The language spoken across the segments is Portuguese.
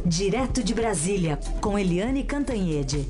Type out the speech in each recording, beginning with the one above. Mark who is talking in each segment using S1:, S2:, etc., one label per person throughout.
S1: Direto de Brasília, com Eliane Cantanhede.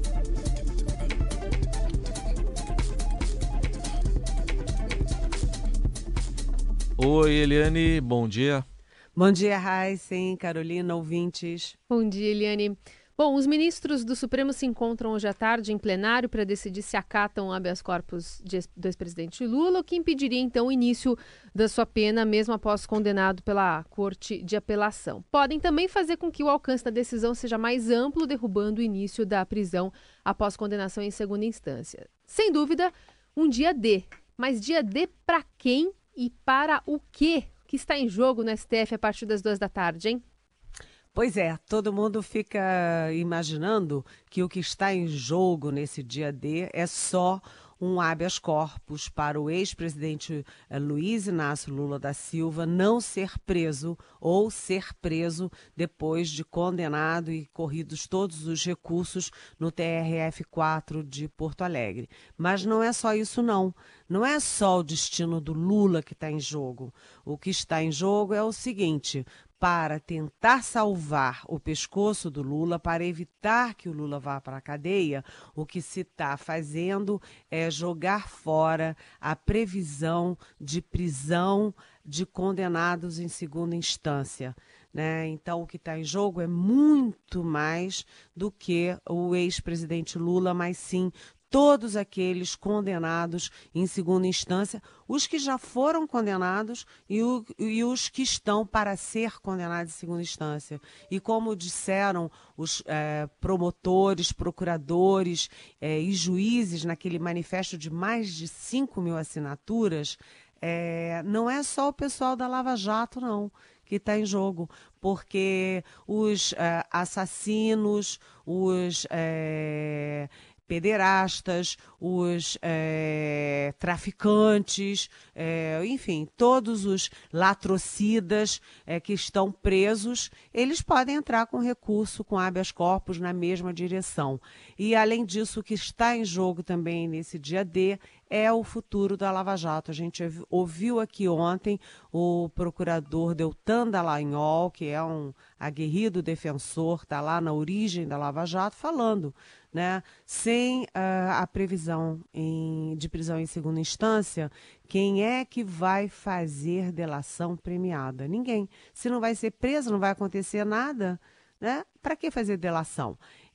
S2: Oi, Eliane, bom dia.
S3: Bom dia, Raíssen, Carolina, ouvintes.
S4: Bom dia, Eliane. Bom, os ministros do Supremo se encontram hoje à tarde em plenário para decidir se acatam o habeas corpus do ex-presidente Lula, o que impediria, então, o início da sua pena, mesmo após condenado pela Corte de Apelação. Podem também fazer com que o alcance da decisão seja mais amplo, derrubando o início da prisão após condenação em segunda instância. Sem dúvida, um dia D. Mas dia D para quem e para o quê? O que está em jogo no STF a partir das 2 da tarde, hein?
S3: Pois é, todo mundo fica imaginando que o que está em jogo nesse dia D é só um habeas corpus para o ex-presidente Luiz Inácio Lula da Silva não ser preso ou ser preso depois de condenado e corridos todos os recursos no TRF4 de Porto Alegre. Mas não é só isso, não. Não é só o destino do Lula que está em jogo. O que está em jogo é o seguinte: para tentar salvar o pescoço do Lula, para evitar que o Lula vá para a cadeia, o que se está fazendo é jogar fora a previsão de prisão de condenados em segunda instância, né? Então, o que está em jogo é muito mais do que o ex-presidente Lula, mas sim todos aqueles condenados em segunda instância, os que já foram condenados e os que estão para ser condenados em segunda instância. E como disseram os promotores, procuradores e juízes naquele manifesto de mais de 5.000 assinaturas, não é só o pessoal da Lava Jato, não, que está em jogo, porque os assassinos, os pederastas, os traficantes, enfim, todos os latrocidas que estão presos, eles podem entrar com recurso, com habeas corpus na mesma direção. E, além disso, o que está em jogo também nesse dia D é o futuro da Lava Jato. A gente ouviu aqui ontem o procurador Deltan Dallagnol, que é um aguerrido defensor, está lá na origem da Lava Jato, falando, né, sem a previsão de prisão em segunda instância, quem é que vai fazer delação premiada? Ninguém. Se não vai ser preso, não vai acontecer nada, né? Para que fazer delação?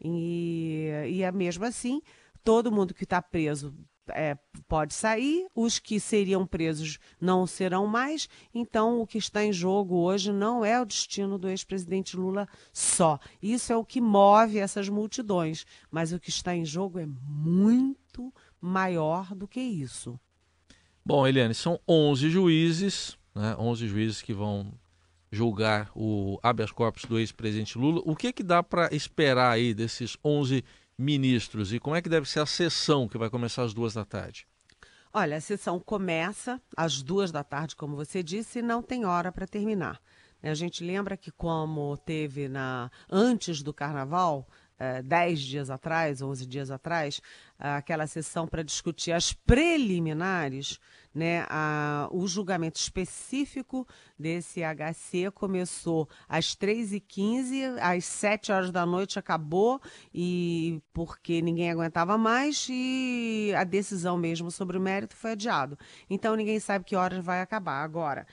S3: E mesmo assim, todo mundo que está preso pode sair, os que seriam presos não serão mais. Então, o que está em jogo hoje não é o destino do ex-presidente Lula só. Isso é o que move essas multidões, mas o que está em jogo é muito maior do que isso.
S2: Bom, Eliane, são 11 juízes, né? 11 juízes que vão julgar o habeas corpus do ex-presidente Lula. O que dá para esperar aí desses 11 ministros e como é que deve ser a sessão que vai começar às 2 da tarde?
S3: Olha, a sessão começa às 2 da tarde, como você disse, e não tem hora para terminar. A gente lembra que como teve antes do Carnaval, 10 dias atrás, 11 dias atrás, aquela sessão para discutir as preliminares, né, o julgamento específico desse HC começou às 3h15, às 7 horas da noite acabou, e porque ninguém aguentava mais e a decisão mesmo sobre o mérito foi adiado. Então ninguém sabe que horas vai acabar. Agora,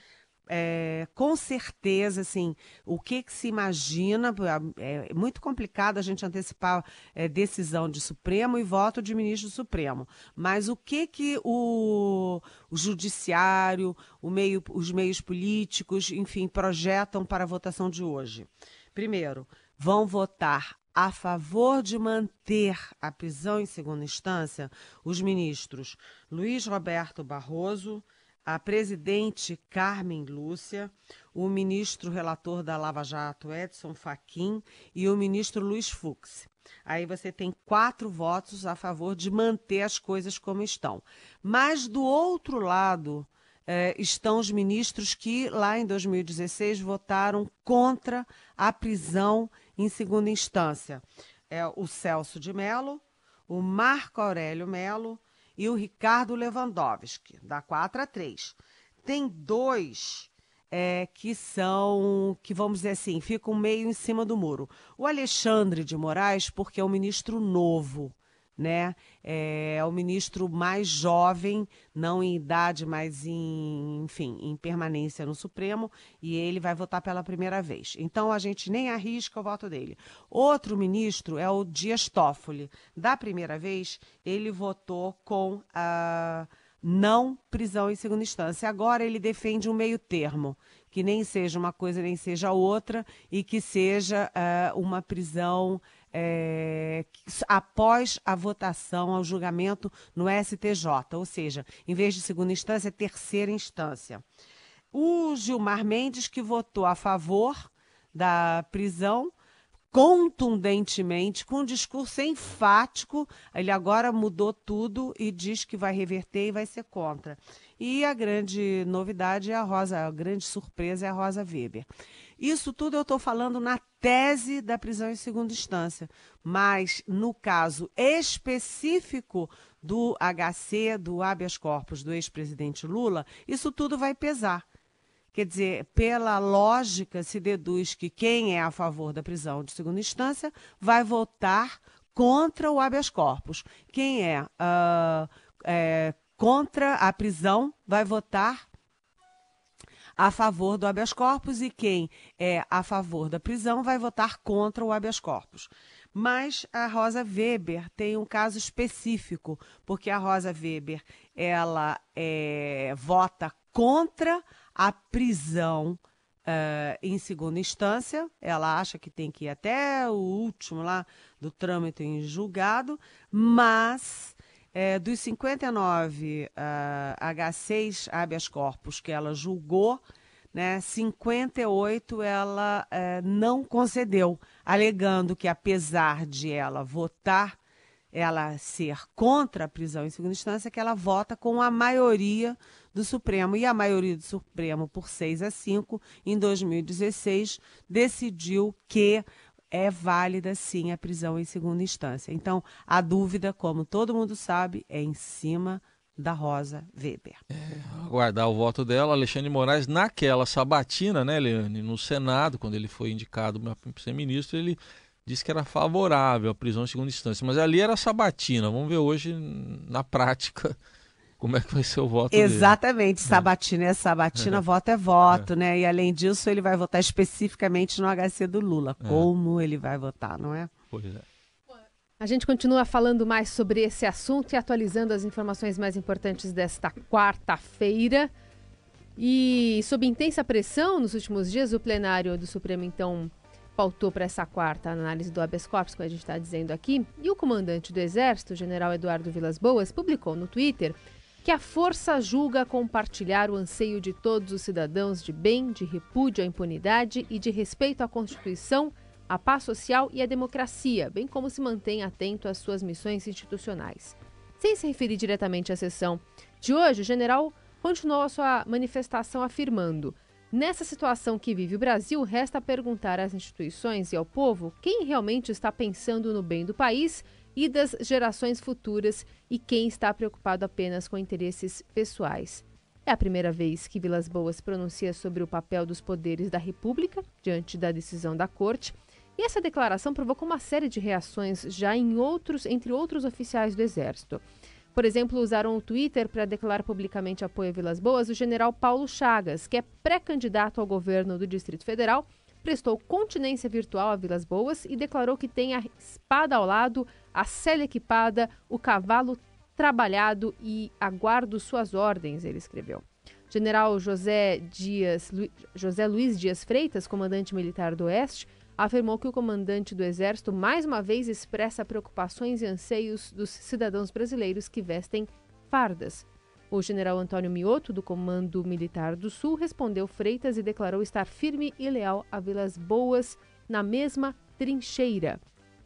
S3: com certeza, assim, o que se imagina, é muito complicado a gente antecipar decisão de Supremo e voto de ministro do Supremo, mas o que o judiciário, os meios políticos, enfim, projetam para a votação de hoje? Primeiro, vão votar a favor de manter a prisão em segunda instância os ministros Luiz Roberto Barroso, a presidente Carmen Lúcia, o ministro relator da Lava Jato, Edson Fachin, e o ministro Luiz Fux. Aí você tem 4 votos a favor de manter as coisas como estão. Mas, do outro lado, estão os ministros que, lá em 2016, votaram contra a prisão em segunda instância. O Celso de Mello, o Marco Aurélio Mello e o Ricardo Lewandowski, dá 4-3. Tem 2 que vamos dizer assim, ficam meio em cima do muro. O Alexandre de Moraes, porque é um ministro novo, né? É o ministro mais jovem, não em idade, mas em permanência no Supremo, e ele vai votar pela primeira vez. Então, a gente nem arrisca o voto dele. Outro ministro é o Dias Toffoli. Da primeira vez, ele votou com a não prisão em segunda instância. Agora ele defende um meio termo, que nem seja uma coisa nem seja outra, e que seja uma prisão após a votação, ao julgamento no STJ, ou seja, em vez de segunda instância, terceira instância. O Gilmar Mendes, que votou a favor da prisão, contundentemente, com um discurso enfático, ele agora mudou tudo e diz que vai reverter e vai ser contra. E a grande novidade é a grande surpresa é a Rosa Weber. Isso tudo eu estou falando na tese da prisão em segunda instância, mas no caso específico do HC, do habeas corpus do ex-presidente Lula, isso tudo vai pesar. Quer dizer, pela lógica, se deduz que quem é a favor da prisão de segunda instância vai votar contra o habeas corpus. Quem é contra a prisão vai votar a favor do habeas corpus, e quem é a favor da prisão vai votar contra o habeas corpus. Mas a Rosa Weber tem um caso específico, porque a Rosa Weber ela vota contra a prisão em segunda instância. Ela acha que tem que ir até o último lá do trâmite em julgado, mas dos 59 H6 habeas corpus que ela julgou, né, 58 ela não concedeu, alegando que apesar de ela votar, ela ser contra a prisão em segunda instância, que ela vota com a maioria do Supremo. E a maioria do Supremo, por 6-5, em 2016, decidiu que é válida, sim, a prisão em segunda instância. Então, a dúvida, como todo mundo sabe, é em cima da Rosa Weber.
S2: Aguardar o voto dela. Alexandre de Moraes, naquela sabatina, né, Eliane, no Senado, quando ele foi indicado para ser ministro, ele disse que era favorável à prisão em segunda instância, mas ali era sabatina. Vamos ver hoje, na prática, como é que vai ser o voto dele.
S3: Exatamente, sabatina é sabatina, voto é voto, né? E além disso, ele vai votar especificamente no HC do Lula. Como ele vai votar, não é?
S2: Pois é.
S4: A gente continua falando mais sobre esse assunto e atualizando as informações mais importantes desta quarta-feira. E sob intensa pressão nos últimos dias, o plenário do Supremo, então, pautou para essa quarta análise do habeas corpus, como a gente está dizendo aqui, e o comandante do Exército, o general Eduardo Vilas Boas, publicou no Twitter que a força julga compartilhar o anseio de todos os cidadãos de bem, de repúdio à impunidade e de respeito à Constituição, à paz social e à democracia, bem como se mantém atento às suas missões institucionais. Sem se referir diretamente à sessão de hoje, o general continuou a sua manifestação afirmando: nessa situação que vive o Brasil, resta perguntar às instituições e ao povo quem realmente está pensando no bem do país e das gerações futuras e quem está preocupado apenas com interesses pessoais. É a primeira vez que Vilas Boas pronuncia sobre o papel dos poderes da República diante da decisão da Corte, e essa declaração provocou uma série de reações já entre outros oficiais do Exército. Por exemplo, usaram o Twitter para declarar publicamente apoio a Vilas Boas o general Paulo Chagas, que é pré-candidato ao governo do Distrito Federal, prestou continência virtual a Vilas Boas e declarou que tem a espada ao lado, a sela equipada, o cavalo trabalhado e aguardo suas ordens, ele escreveu. General José Luiz Dias Freitas, comandante militar do Oeste, afirmou que o comandante do Exército mais uma vez expressa preocupações e anseios dos cidadãos brasileiros que vestem fardas. O general Antônio Mioto, do Comando Militar do Sul, respondeu Freitas e declarou estar firme e leal a Vilas Boas na mesma trincheira.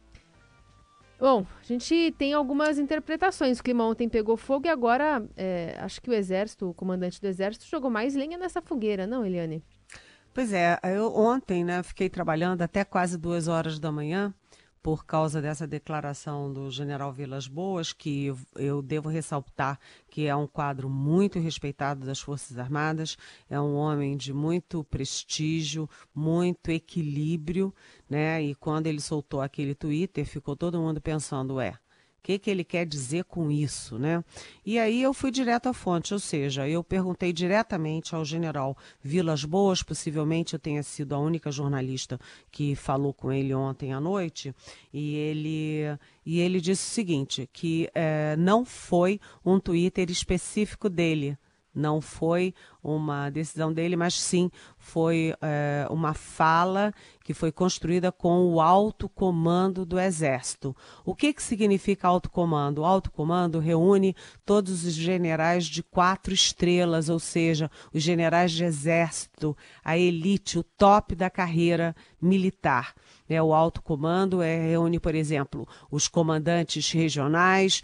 S4: Bom, a gente tem algumas interpretações. O clima ontem pegou fogo e agora acho que o comandante do Exército, jogou mais lenha nessa fogueira, não, Eliane?
S3: Pois é, eu ontem, fiquei trabalhando até quase 2 horas da manhã, por causa dessa declaração do general Vilas Boas, que eu devo ressaltar que é um quadro muito respeitado das Forças Armadas, é um homem de muito prestígio, muito equilíbrio, né? E quando ele soltou aquele Twitter, ficou todo mundo pensando, o que ele quer dizer com isso, né? E aí eu fui direto à fonte, ou seja, eu perguntei diretamente ao general Vilas Boas, possivelmente eu tenha sido a única jornalista que falou com ele ontem à noite, e ele disse o seguinte, que não foi um Twitter específico dele, não foi uma decisão dele, mas sim foi uma fala que foi construída com o alto comando do Exército. O que significa alto comando? O alto comando reúne todos os generais de 4 estrelas, ou seja, os generais de exército, a elite, o top da carreira militar. O alto comando reúne, por exemplo, os comandantes regionais,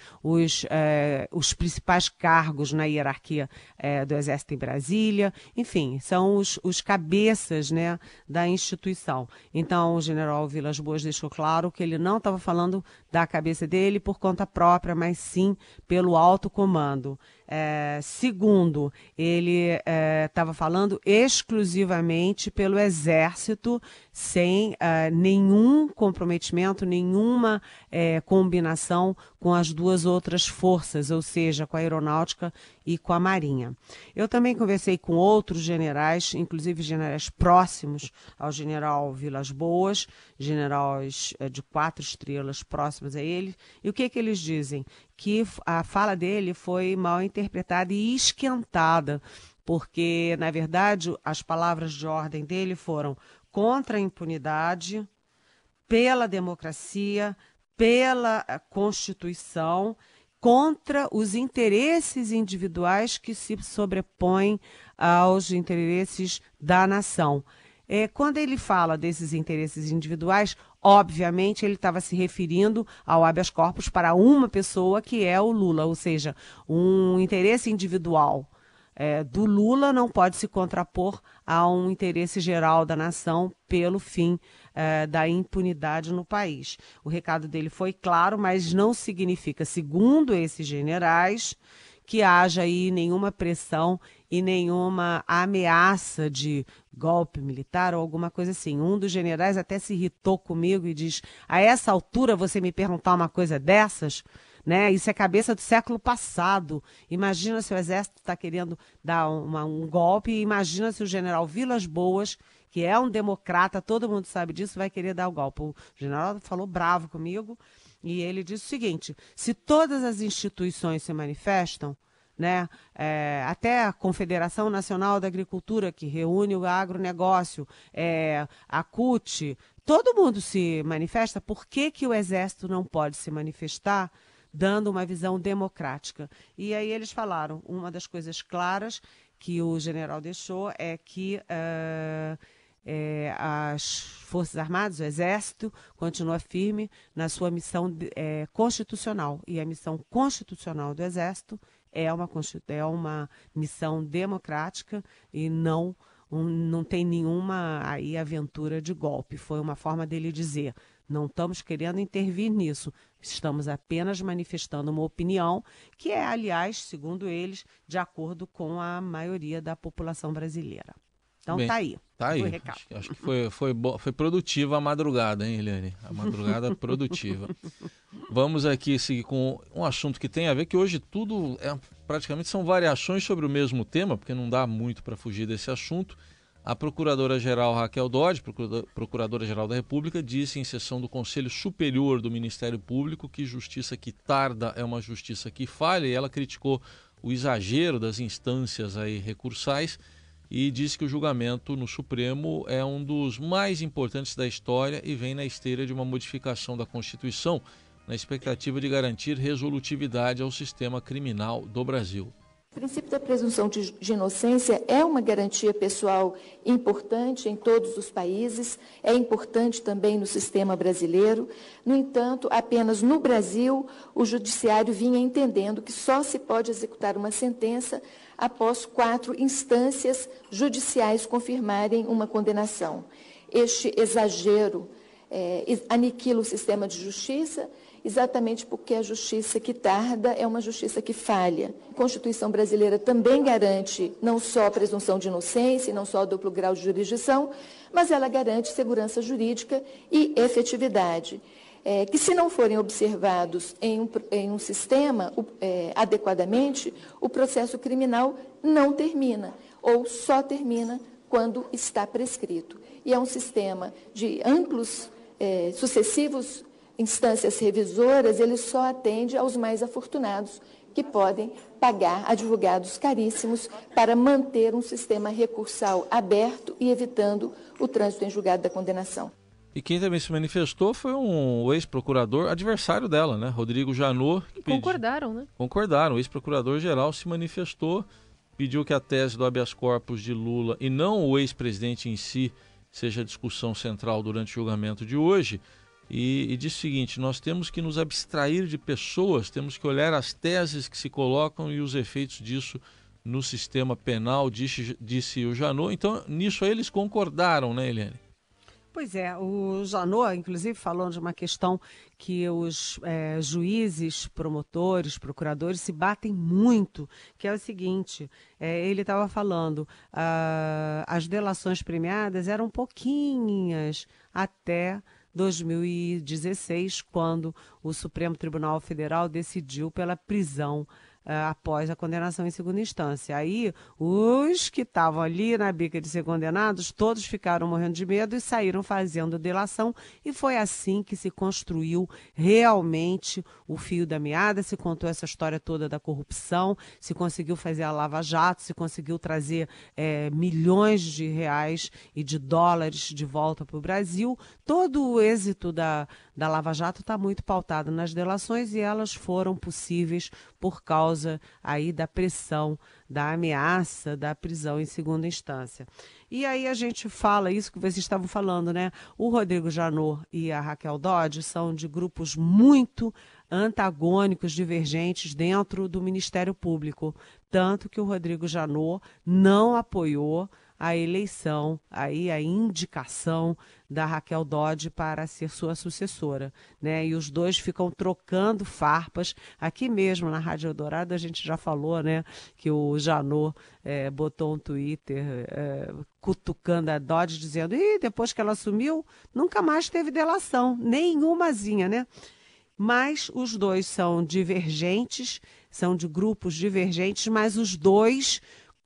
S3: os principais cargos na hierarquia do Exército em Brasília, enfim, são os cabeças, né, da instituição. Então, o general Vilas Boas deixou claro que ele não estava falando da cabeça dele por conta própria, mas sim pelo alto comando. Segundo, ele estava falando exclusivamente pelo Exército, sem nenhum comprometimento, nenhuma combinação com as duas outras forças, ou seja, com a Aeronáutica e com a Marinha. Eu também conversei com outros generais, inclusive generais próximos ao general Vilas Boas, generais de 4 estrelas próximos a ele, e o que eles dizem? Que a fala dele foi mal interpretada e esquentada, porque, na verdade, as palavras de ordem dele foram contra a impunidade, pela democracia, pela Constituição, contra os interesses individuais que se sobrepõem aos interesses da nação. Quando ele fala desses interesses individuais, obviamente ele estava se referindo ao habeas corpus para uma pessoa, que é o Lula, ou seja, um interesse individual do Lula não pode se contrapor a um interesse geral da nação pelo fim da impunidade no país. O recado dele foi claro, mas não significa, segundo esses generais, que haja aí nenhuma pressão e nenhuma ameaça de golpe militar ou alguma coisa assim. Um dos generais até se irritou comigo e diz, a essa altura você me perguntar uma coisa dessas? Né? Isso é cabeça do século passado. Imagina se o Exército está querendo dar um golpe, e imagina se o general Vilas Boas, que é um democrata, todo mundo sabe disso, vai querer dar o golpe. O general falou bravo comigo e ele disse o seguinte, se todas as instituições se manifestam, né, até a Confederação Nacional da Agricultura, que reúne o agronegócio, a CUT, todo mundo se manifesta, por que o Exército não pode se manifestar dando uma visão democrática? E aí eles falaram, uma das coisas claras que o general deixou é que as Forças Armadas, o Exército, continua firme na sua missão constitucional. E a missão constitucional do Exército é uma missão democrática e não tem nenhuma aí aventura de golpe. Foi uma forma dele dizer, não estamos querendo intervir nisso, estamos apenas manifestando uma opinião que é, aliás, segundo eles, de acordo com a maioria da população brasileira. Então
S2: Bem,
S3: tá aí.
S2: Tá aí. Acho que foi produtiva a madrugada, hein, Eliane? A madrugada produtiva. Vamos aqui seguir com um assunto que tem a ver, que hoje tudo praticamente são variações sobre o mesmo tema, porque não dá muito para fugir desse assunto. A Procuradora-Geral Raquel Dodge, Procuradora-Geral da República, disse em sessão do Conselho Superior do Ministério Público que justiça que tarda é uma justiça que falha, e ela criticou o exagero das instâncias aí recursais e disse que o julgamento no Supremo é um dos mais importantes da história e vem na esteira de uma modificação da Constituição, na expectativa de garantir resolutividade ao sistema criminal do Brasil.
S5: O princípio da presunção de inocência é uma garantia pessoal importante em todos os países, é importante também no sistema brasileiro. No entanto, apenas no Brasil, o judiciário vinha entendendo que só se pode executar uma sentença após 4 instâncias judiciais confirmarem uma condenação. Este exagero aniquila o sistema de justiça, exatamente porque a justiça que tarda é uma justiça que falha. A Constituição brasileira também garante não só a presunção de inocência, não só o duplo grau de jurisdição, mas ela garante segurança jurídica e efetividade, que se não forem observados em um sistema adequadamente, o processo criminal não termina, ou só termina quando está prescrito. E é um sistema de amplos, sucessivos instâncias revisoras, ele só atende aos mais afortunados, que podem pagar advogados caríssimos para manter um sistema recursal aberto e evitando o trânsito em julgado da condenação.
S2: E quem também se manifestou foi um ex-procurador adversário dela, né? Rodrigo Janot.
S4: Concordaram, né?
S2: Concordaram. O ex-procurador-geral se manifestou, pediu que a tese do habeas corpus de Lula e não o ex-presidente em si seja a discussão central durante o julgamento de hoje. E disse o seguinte: nós temos que nos abstrair de pessoas, temos que olhar as teses que se colocam e os efeitos disso no sistema penal, disse o Janot. Então, nisso aí eles concordaram, né, Eliane?
S3: Pois é, o Janot, inclusive, falou de uma questão que os juízes, promotores, procuradores se batem muito, que é o seguinte, ele estava falando, as delações premiadas eram pouquinhas até 2016, quando o Supremo Tribunal Federal decidiu pela prisão após a condenação em segunda instância. Aí, os que estavam ali na bica de ser condenados, todos ficaram morrendo de medo e saíram fazendo delação, e foi assim que se construiu realmente o fio da meada, se contou essa história toda da corrupção, se conseguiu fazer a Lava Jato, se conseguiu trazer milhões de reais e de dólares de volta para o Brasil. Todo o êxito da Lava Jato está muito pautado nas delações, e elas foram possíveis por causa aí da pressão, da ameaça da prisão em segunda instância. E aí a gente fala isso que vocês estavam falando, né? O Rodrigo Janot e a Raquel Dodge são de grupos muito antagônicos, divergentes dentro do Ministério Público, tanto que o Rodrigo Janot não apoiou a eleição, aí a indicação da Raquel Dodge para ser sua sucessora, né? E os dois ficam trocando farpas. Aqui mesmo na Rádio Eldorado a gente já falou, né, que o Janot botou um Twitter cutucando a Dodge, dizendo: depois que ela assumiu, nunca mais teve delação, nenhumazinha, né? Mas os dois são divergentes, são de grupos divergentes, mas os dois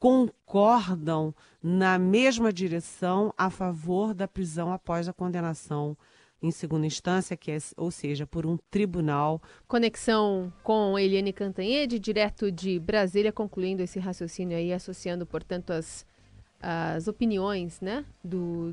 S3: concordam na mesma direção a favor da prisão após a condenação em segunda instância, ou seja, por um tribunal.
S4: Conexão com Eliane Cantanhede, direto de Brasília, concluindo esse raciocínio aí, associando, portanto, as opiniões, né, do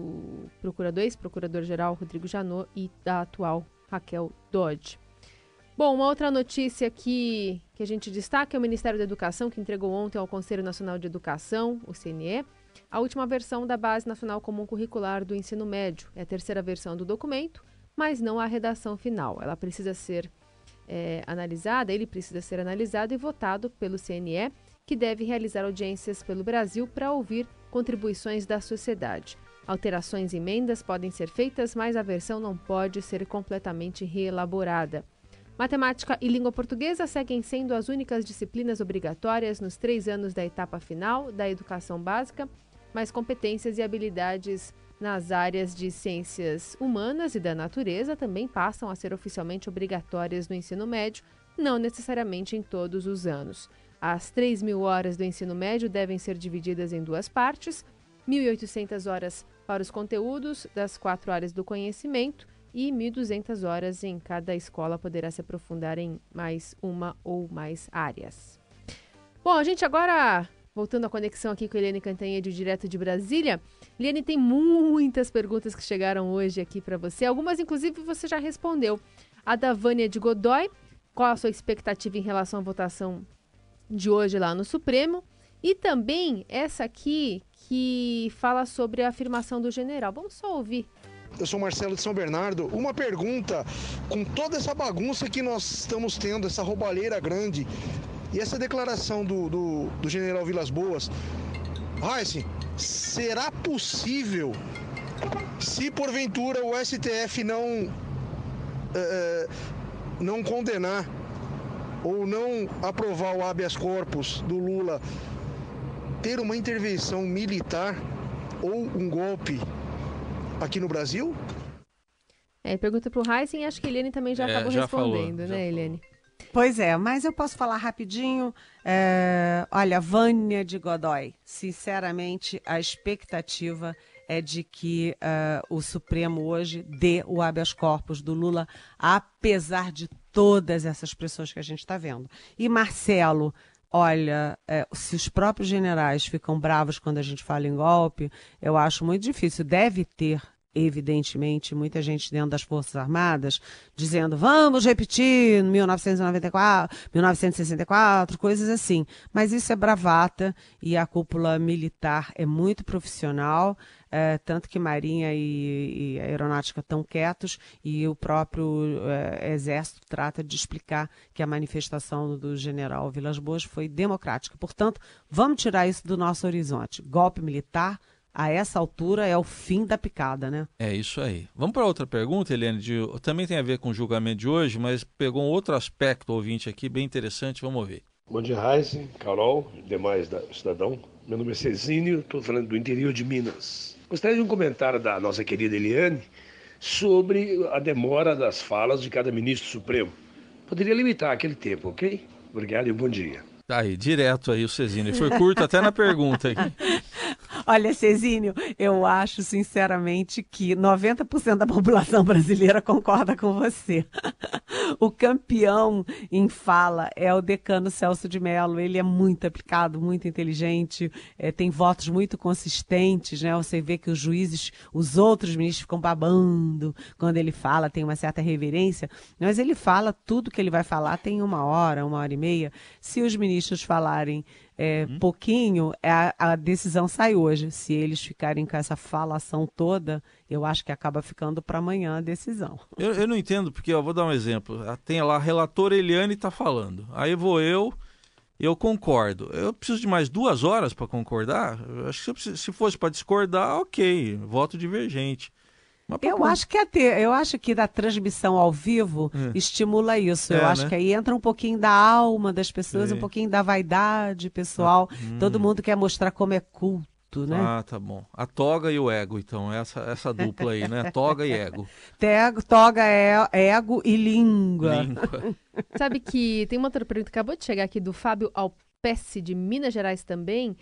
S4: ex-procurador-geral Rodrigo Janot e da atual Raquel Dodge. Bom, uma outra notícia aqui que a gente destaca é o Ministério da Educação, que entregou ontem ao Conselho Nacional de Educação, o CNE, a última versão da Base Nacional Comum Curricular do Ensino Médio. É a terceira versão do documento, mas não a redação final. Ela precisa ser analisada, ele precisa ser analisado e votado pelo CNE, que deve realizar audiências pelo Brasil para ouvir contribuições da sociedade. Alterações e emendas podem ser feitas, mas a versão não pode ser completamente reelaborada. Matemática e língua portuguesa seguem sendo as únicas disciplinas obrigatórias nos 3 anos da etapa final da educação básica, mas competências e habilidades nas áreas de ciências humanas e da natureza também passam a ser oficialmente obrigatórias no ensino médio, não necessariamente em todos os anos. As 3.000 horas do ensino médio devem ser divididas em 2 partes, 1.800 horas para os conteúdos das 4 áreas do conhecimento, e 1.200 horas em cada escola poderá se aprofundar em mais uma ou mais áreas. Bom, a gente agora, voltando à conexão aqui com a Eliane Cantanhede, direto de Brasília. Eliane, tem muitas perguntas que chegaram hoje aqui para você. Algumas, inclusive, você já respondeu. A da Vânia de Godoy, qual a sua expectativa em relação à votação de hoje lá no Supremo? E também essa aqui, que fala sobre a afirmação do general. Vamos só ouvir.
S6: Eu sou Marcelo de São Bernardo. Uma pergunta: com toda essa bagunça que nós estamos tendo, essa roubalheira grande, e essa declaração do general Vilas Boas, Raíssa, será possível Se porventura o STF não condenar ou não aprovar o habeas corpus do Lula, ter uma intervenção militar ou um golpe aqui no Brasil?
S4: Pergunta para o Heisen, acho que a Eliane também já acabou respondendo, né, Eliane?
S3: Pois é, mas eu posso falar rapidinho. Olha, Vânia de Godoy, sinceramente, a expectativa é de que o Supremo hoje dê o habeas corpus do Lula, apesar de todas essas pressões que a gente está vendo. E Marcelo, olha, se os próprios generais ficam bravos quando a gente fala em golpe, eu acho muito difícil. Deve ter, evidentemente, muita gente dentro das Forças Armadas dizendo vamos repetir 1994, 1964, coisas assim. Mas isso é bravata e a cúpula militar é muito profissional, tanto que Marinha e Aeronáutica estão quietos e o próprio Exército trata de explicar que a manifestação do general Vilas Boas foi democrática. Portanto, vamos tirar isso do nosso horizonte. Golpe militar, a essa altura, é o fim da picada, né? É
S2: isso aí. Vamos para outra pergunta, Eliane, também tem a ver com o julgamento de hoje, mas pegou um outro aspecto, ouvinte aqui, bem interessante, vamos ouvir.
S7: Bom dia, Heisen, Carol, demais cidadão. Meu nome é Cezinho, estou falando do interior de Minas. Gostaria de um comentário da nossa querida Eliane sobre a demora das falas de cada ministro supremo. Poderia limitar aquele tempo, ok? Obrigado e bom dia.
S2: Tá aí, direto aí o Cezinho. Ele foi curto até na pergunta aqui.
S3: Olha, Cezinho, eu acho sinceramente que 90% da população brasileira concorda com você. O campeão em fala é o decano Celso de Mello. Ele é muito aplicado, muito inteligente, tem votos muito consistentes, né? Você vê que os juízes, os outros ministros ficam babando quando ele fala, tem uma certa reverência, mas ele fala tudo que ele vai falar, tem 1 hora, 1h30. Se os ministros falarem pouquinho, a decisão sai hoje. Se eles ficarem com essa falação toda, eu acho que acaba ficando para amanhã a decisão.
S2: Eu não entendo, porque eu vou dar um exemplo. Tem lá, a relatora Eliane está falando. Aí vou eu concordo. Eu preciso de mais 2 horas para concordar? Eu acho que se fosse para discordar, ok, voto divergente.
S3: Eu acho que da transmissão ao vivo estimula isso. Eu acho que aí entra um pouquinho da alma das pessoas, um pouquinho da vaidade pessoal. Todo mundo quer mostrar como é culto, né?
S2: Ah, tá bom. A toga e o ego, então, essa dupla aí, né? Toga e ego.
S3: Toga é ego e língua.
S4: Sabe que tem uma outra pergunta que acabou de chegar aqui do Fábio Alpessi, de Minas Gerais também.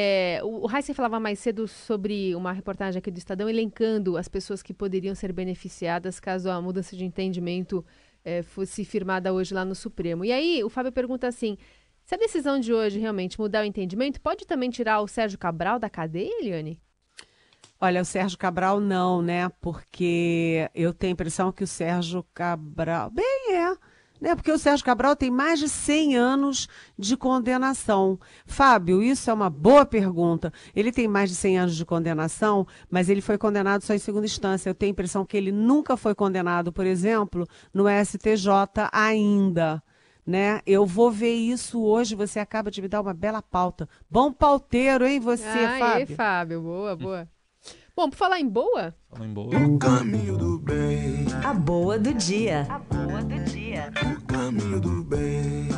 S4: O Heisen falava mais cedo sobre uma reportagem aqui do Estadão elencando as pessoas que poderiam ser beneficiadas caso a mudança de entendimento fosse firmada hoje lá no Supremo. E aí o Fábio pergunta assim, se a decisão de hoje realmente mudar o entendimento, pode também tirar o Sérgio Cabral da cadeia, Eliane?
S3: Olha, o Sérgio Cabral não, né? Porque eu tenho a impressão que o Sérgio Cabral... Né? Porque o Sérgio Cabral tem mais de 100 anos de condenação. Fábio, isso é uma boa pergunta. Ele tem mais de 100 anos de condenação, mas ele foi condenado só em segunda instância. Eu tenho a impressão que ele nunca foi condenado, por exemplo, no STJ ainda. Né? Eu vou ver isso hoje, você acaba de me dar uma bela pauta. Bom pauteiro, hein, você, Fábio?
S4: Fábio, boa. Bom, por falar em boa...
S1: O caminho do bem. A boa do dia.
S8: O caminho do bem.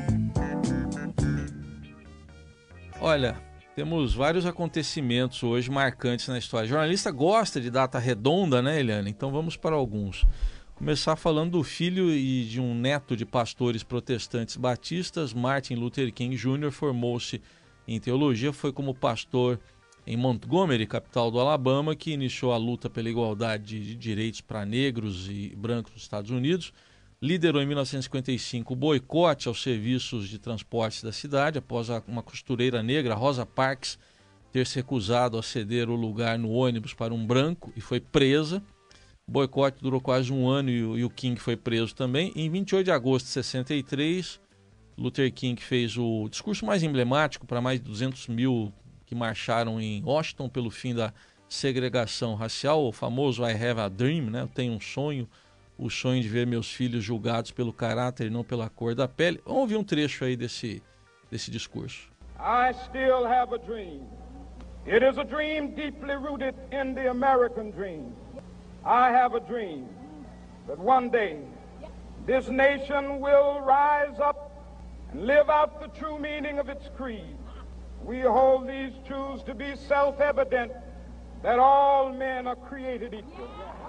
S2: Olha, temos vários acontecimentos hoje marcantes na história. O jornalista gosta de data redonda, né, Eliane? Então vamos para alguns. Começar falando do filho e de um neto de pastores protestantes batistas. Martin Luther King Jr. formou-se em teologia, foi como pastor em Montgomery, capital do Alabama, que iniciou a luta pela igualdade de direitos para negros e brancos nos Estados Unidos. Liderou em 1955 o boicote aos serviços de transporte da cidade, após uma costureira negra, Rosa Parks, ter se recusado a ceder o lugar no ônibus para um branco e foi presa. O boicote durou quase 1 ano e o King foi preso também. Em 28 de agosto de 63, Luther King fez o discurso mais emblemático para mais de 200 mil que marcharam em Washington pelo fim da segregação racial, o famoso I Have a Dream, né? Eu tenho um sonho, o sonho de ver meus filhos julgados pelo caráter e não pela cor da pele. Vamos ouvir um trecho aí desse discurso.
S9: I still have a dream It is a dream deeply rooted in the American dream. I have a dream that one day this nation will rise up and live out the true meaning of its creed. We hold these truths to be self-evident, that all men are created equal.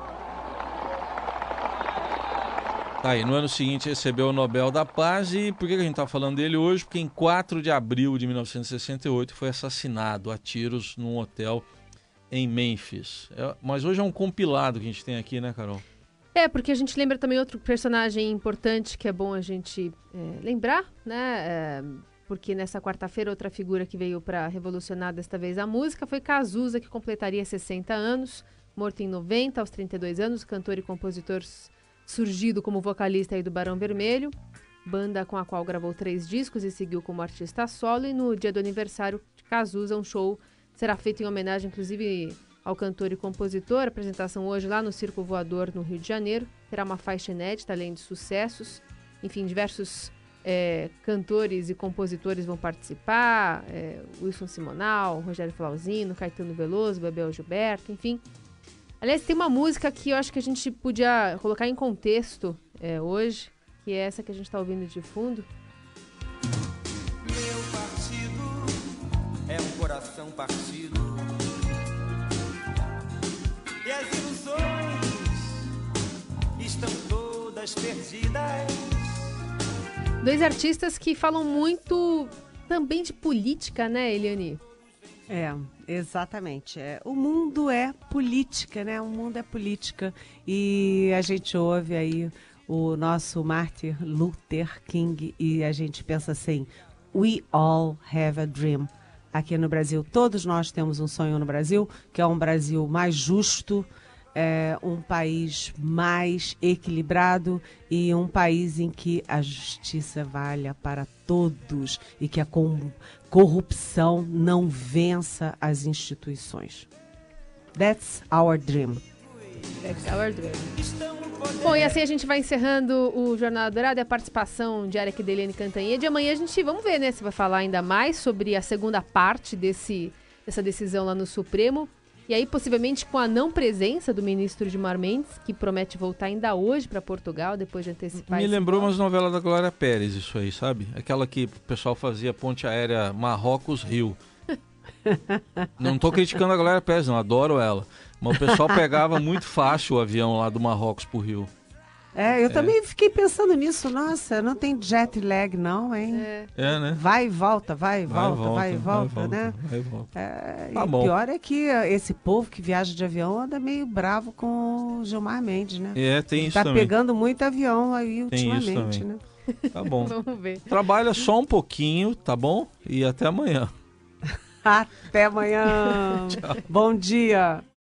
S2: Aí, no ano seguinte recebeu o Nobel da Paz. E por que a gente está falando dele hoje? Porque em 4 de abril de 1968 foi assassinado a tiros num hotel em Memphis. Mas hoje é um compilado que a gente tem aqui, né, Carol?
S4: Porque a gente lembra também outro personagem importante que é bom a gente lembrar, né? Porque nessa quarta-feira outra figura que veio para revolucionar desta vez a música foi Cazuza, que completaria 60 anos, morto em 90, aos 32 anos, cantor e compositor surgido como vocalista aí do Barão Vermelho, banda com a qual gravou 3 discos e seguiu como artista solo. E no dia do aniversário de Cazuza, um show será feito em homenagem, inclusive, ao cantor e compositor. A apresentação hoje lá no Circo Voador, no Rio de Janeiro. Terá uma faixa inédita, além de sucessos. Enfim, diversos cantores e compositores vão participar. Wilson Simonal, Rogério Flauzino, Caetano Veloso, Bebel Gilberto, enfim. Aliás, tem uma música que eu acho que a gente podia colocar em contexto hoje, que é essa que a gente está ouvindo de fundo.
S8: Meu partido é um coração partido, e as ilusões estão todas perdidas.
S4: 2 artistas que falam muito também de política, né, Eliane?
S3: Exatamente. O mundo é política, né? O mundo é política. E a gente ouve aí o nosso Martin Luther King e a gente pensa assim, we all have a dream. Aqui no Brasil, todos nós temos um sonho no Brasil, que é um Brasil mais justo, um país mais equilibrado e um país em que a justiça valha para todos e que a corrupção não vença as instituições. That's our dream.
S4: That's our dream. Bom, e assim a gente vai encerrando o Jornal Dourado e a participação diária aqui da Eliane Cantanhede. Amanhã a gente, vamos ver, né, se vai falar ainda mais sobre a segunda parte dessa decisão lá no Supremo. E aí, possivelmente, com a não presença do ministro Gilmar Mendes, que promete voltar ainda hoje para Portugal, depois de antecipar.
S2: Me lembrou umas novelas da Glória Pérez, isso aí, sabe? Aquela que o pessoal fazia ponte aérea Marrocos-Rio. Não estou criticando a Glória Pérez, não, adoro ela. Mas o pessoal pegava muito fácil o avião lá do Marrocos pro Rio.
S3: Eu também fiquei pensando nisso. Nossa, não tem jet lag não, hein?
S2: Né?
S3: Vai e volta, vai e volta, né?
S2: Vai e volta.
S3: Tá bom. O pior é que esse povo que viaja de avião anda meio bravo com o Gilmar Mendes, né?
S2: Tem isso
S3: também. Tá
S2: também.
S3: pegando muito avião aí
S2: tem
S3: ultimamente, né?
S2: Tá bom.
S4: Vamos ver.
S2: Trabalha só um pouquinho, tá bom? E até amanhã.
S3: Até amanhã.
S2: Tchau.
S3: Bom dia.